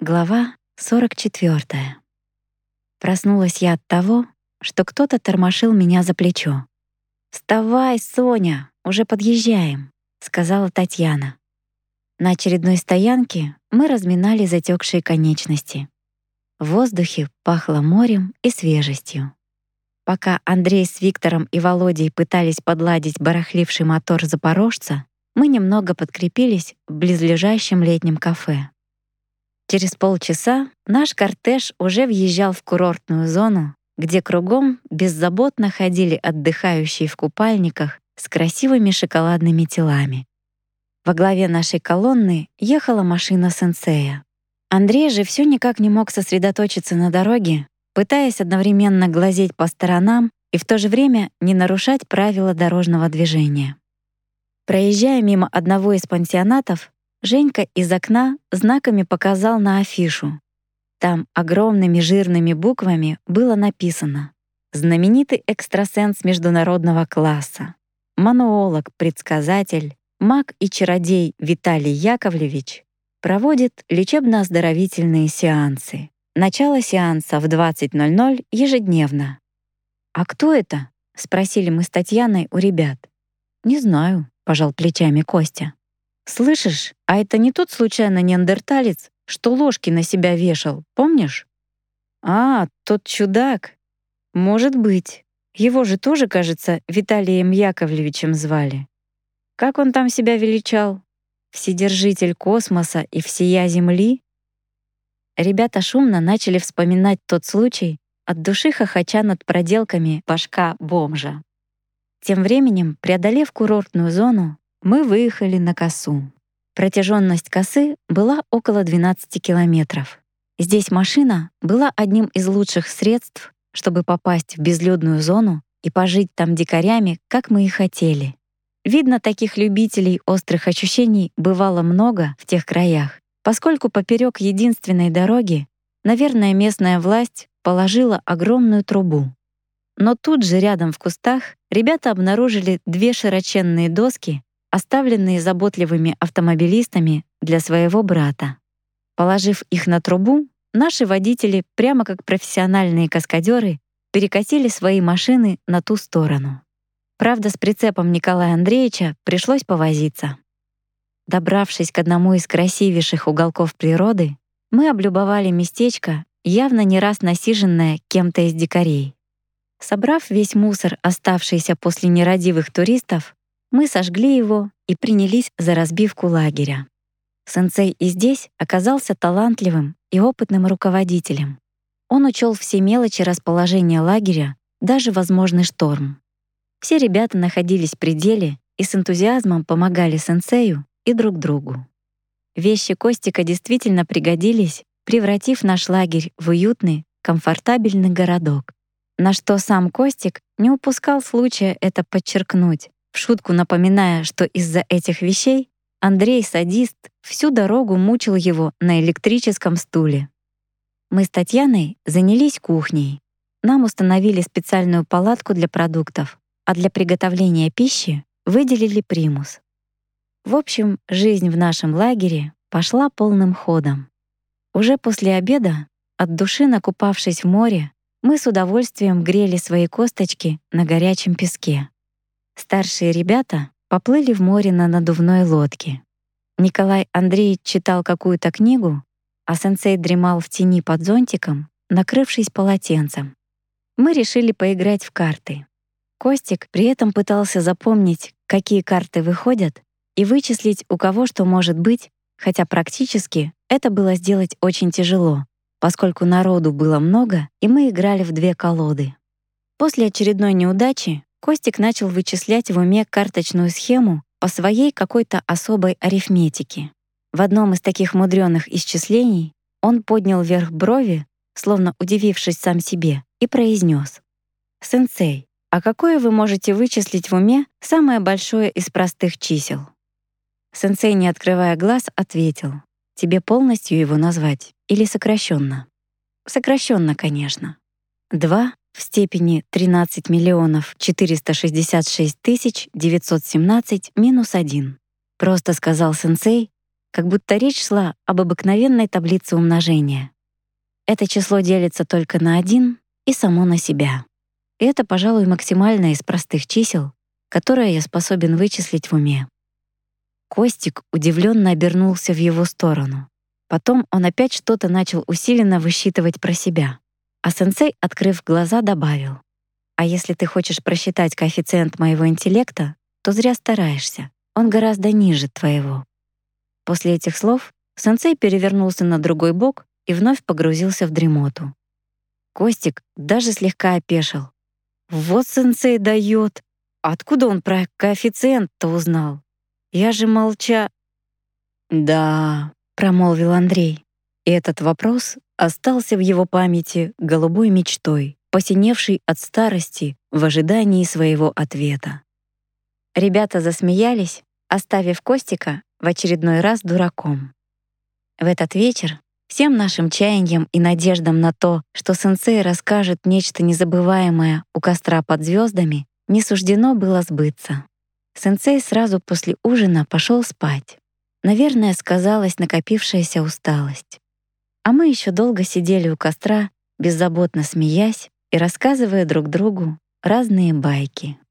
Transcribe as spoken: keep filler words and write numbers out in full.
Глава сорок четвёртая. Проснулась я от того, что кто-то тормошил меня за плечо. «Вставай, Соня, уже подъезжаем», — сказала Татьяна. На очередной стоянке мы разминали затекшие конечности. В воздухе пахло морем и свежестью. Пока Андрей с Виктором и Володей пытались подладить барахливший мотор «Запорожца», мы немного подкрепились в близлежащем летнем кафе. Через полчаса наш кортеж уже въезжал в курортную зону, где кругом беззаботно ходили отдыхающие в купальниках с красивыми шоколадными телами. Во главе нашей колонны ехала машина сенсея. Андрей же все никак не мог сосредоточиться на дороге, пытаясь одновременно глазеть по сторонам и в то же время не нарушать правила дорожного движения. Проезжая мимо одного из пансионатов, Женька из окна знаками показал на афишу. Там огромными жирными буквами было написано: «Знаменитый экстрасенс международного класса, мануолог, предсказатель, маг и чародей Виталий Яковлевич проводит лечебно-оздоровительные сеансы. Начало сеанса в двадцать ноль ноль ежедневно». «А кто это?» — спросили мы с Татьяной у ребят. «Не знаю», — пожал плечами Костя. «Слышишь, а это не тот случайно неандерталец, что ложки на себя вешал, помнишь?» «А, тот чудак. Может быть. Его же тоже, кажется, Виталием Яковлевичем звали. Как он там себя величал? Вседержитель космоса и всея Земли?» Ребята шумно начали вспоминать тот случай, от души хохоча над проделками башка бомжа. Тем временем, преодолев курортную зону, мы выехали на косу. Протяженность косы была около двенадцати километров. Здесь машина была одним из лучших средств, чтобы попасть в безлюдную зону и пожить там дикарями, как мы и хотели. Видно, таких любителей острых ощущений бывало много в тех краях, поскольку поперек единственной дороги, наверное, местная власть положила огромную трубу. Но тут же рядом в кустах ребята обнаружили две широченные доски, оставленные заботливыми автомобилистами для своего брата. Положив их на трубу, наши водители, прямо как профессиональные каскадеры, перекатили свои машины на ту сторону. Правда, с прицепом Николая Андреевича пришлось повозиться. Добравшись к одному из красивейших уголков природы, мы облюбовали местечко, явно не раз насиженное кем-то из дикарей. Собрав весь мусор, оставшийся после нерадивых туристов, мы сожгли его и принялись за разбивку лагеря. Сенсей и здесь оказался талантливым и опытным руководителем. Он учел все мелочи расположения лагеря, даже возможный шторм. Все ребята находились при деле и с энтузиазмом помогали сенсею и друг другу. Вещи Костика действительно пригодились, превратив наш лагерь в уютный, комфортабельный городок. На что сам Костик не упускал случая это подчеркнуть, в шутку напоминая, что из-за этих вещей Андрей, садист, всю дорогу мучил его на электрическом стуле. Мы с Татьяной занялись кухней. Нам установили специальную палатку для продуктов, а для приготовления пищи выделили примус. В общем, жизнь в нашем лагере пошла полным ходом. Уже после обеда, от души накупавшись в море, мы с удовольствием грели свои косточки на горячем песке. Старшие ребята поплыли в море на надувной лодке. Николай Андреевич читал какую-то книгу, а сенсей дремал в тени под зонтиком, накрывшись полотенцем. Мы решили поиграть в карты. Костик при этом пытался запомнить, какие карты выходят, и вычислить, у кого что может быть, хотя практически это было сделать очень тяжело, поскольку народу было много, и мы играли в две колоды. После очередной неудачи Костик начал вычислять в уме карточную схему по своей какой-то особой арифметике. В одном из таких мудрёных исчислений он поднял вверх брови, словно удивившись сам себе, и произнес: «Сенсей, а какое вы можете вычислить в уме самое большое из простых чисел?» Сенсей, не открывая глаз, ответил: «Тебе полностью его назвать или сокращенно?» «Сокращенно, конечно. Два в степени тринадцать миллионов четыреста шестьдесят шесть тысяч девятьсот семнадцать минус один», просто сказал сенсей, как будто речь шла об обыкновенной таблице умножения. Это число делится только на один и само на себя. И это, пожалуй, максимальное из простых чисел, которое я способен вычислить в уме. Костик удивленно обернулся в его сторону. Потом он опять что-то начал усиленно высчитывать про себя. А сенсей, открыв глаза, добавил: «А если ты хочешь просчитать коэффициент моего интеллекта, то зря стараешься. Он гораздо ниже твоего». После этих слов сенсей перевернулся на другой бок и вновь погрузился в дремоту. Костик даже слегка опешил. «Вот сенсей даёт! Откуда он про коэффициент-то узнал? Я же молча...» «Да», — промолвил Андрей. И этот вопрос остался в его памяти голубой мечтой, посиневшей от старости в ожидании своего ответа. Ребята засмеялись, оставив Костика в очередной раз дураком. В этот вечер всем нашим чаяниям и надеждам на то, что сенсей расскажет нечто незабываемое у костра под звездами, не суждено было сбыться. Сенсей сразу после ужина пошел спать. Наверное, сказалась накопившаяся усталость. А мы еще долго сидели у костра, беззаботно смеясь и рассказывая друг другу разные байки.